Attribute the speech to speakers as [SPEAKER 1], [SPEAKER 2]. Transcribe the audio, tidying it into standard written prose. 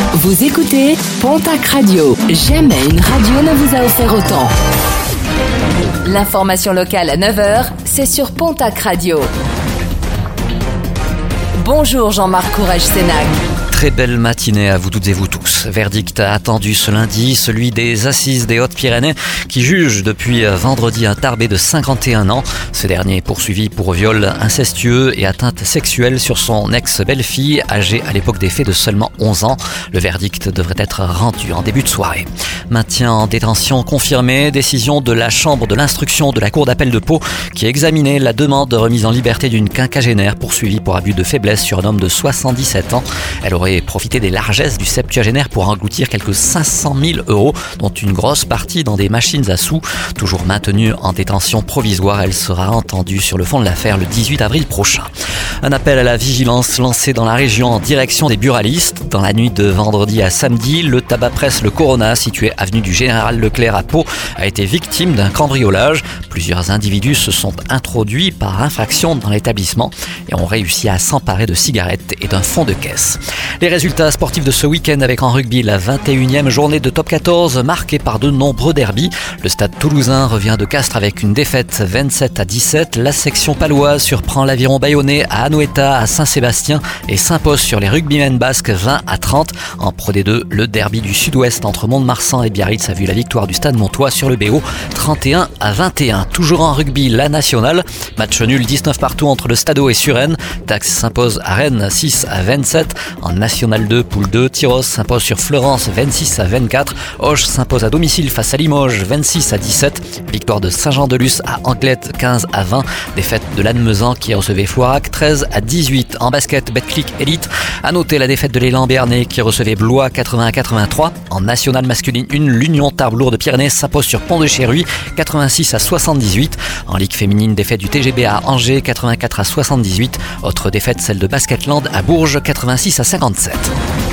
[SPEAKER 1] Vous écoutez Pontac Radio. Jamais une radio ne vous a offert autant. L'information locale à 9h, c'est sur Pontac Radio. Bonjour Jean-Marc Courage-Sénac.
[SPEAKER 2] Très belle matinée à vous toutes et vous tous. Verdict attendu ce lundi, celui des Assises des Hautes-Pyrénées qui juge depuis vendredi un Tarbé de 51 ans. Ce dernier est poursuivi pour viol incestueux et atteinte sexuelle sur son ex-belle-fille, âgée à l'époque des faits de seulement 11 ans. Le verdict devrait être rendu en début de soirée. Maintien en détention confirmé, décision de la chambre de l'instruction de la cour d'appel de Pau qui examinait la demande de remise en liberté d'une quinquagénaire poursuivie pour abus de faiblesse sur un homme de 77 ans. Elle aurait profité des largesses du septuagénaire pour engloutir quelques 500 000 €, dont une grosse partie dans des machines à sous. Toujours maintenue en détention provisoire, elle sera entendue sur le fond de l'affaire le 18 avril prochain. Un appel à la vigilance lancé dans la région en direction des buralistes. Dans la nuit de vendredi à samedi, le tabac presse Le Corona, situé avenue du Général Leclerc à Pau, a été victime d'un cambriolage. Plusieurs individus se sont introduits par infraction dans l'établissement et ont réussi à s'emparer de cigarettes et d'un fond de caisse. Les résultats sportifs de ce week-end avec en rugby la 21e journée de top 14 marquée par de nombreux derbys. Le stade toulousain revient de Castres avec une défaite 27-17. La section paloise surprend l'aviron bayonnais à Anoeta, à Saint-Sébastien et s'impose sur les rugbymen basques 20-30. En Pro D2, le derby du sud-ouest entre Mont-de-Marsan et Biarritz a vu la victoire du stade montois sur le BO 31-21. Toujours en rugby, la nationale. Match nul 19 partout entre le Stadeau et Suresnes. Dax s'impose à Rennes 6-27. En National 2, poule 2, Tyros s'impose sur Fleurance 26-24. Auch s'impose à domicile face à Limoges 26-17. Victoire de Saint-Jean-de-Luz à Anglette 15-20. Défaite de Lannemezan qui recevait Floirac 13-18. En basket, Betclic Elite. À noter la défaite de l'élan béarnais qui recevait Blois 81-83. En National masculine 1, l'Union Tarbes-Lourdes-Pyrénées s'impose sur Pont-de-Chéruy 86-78. En Ligue féminine, défaite du TGB à Angers 84-78. Autre défaite, celle de Basketland à Bourges 86-57.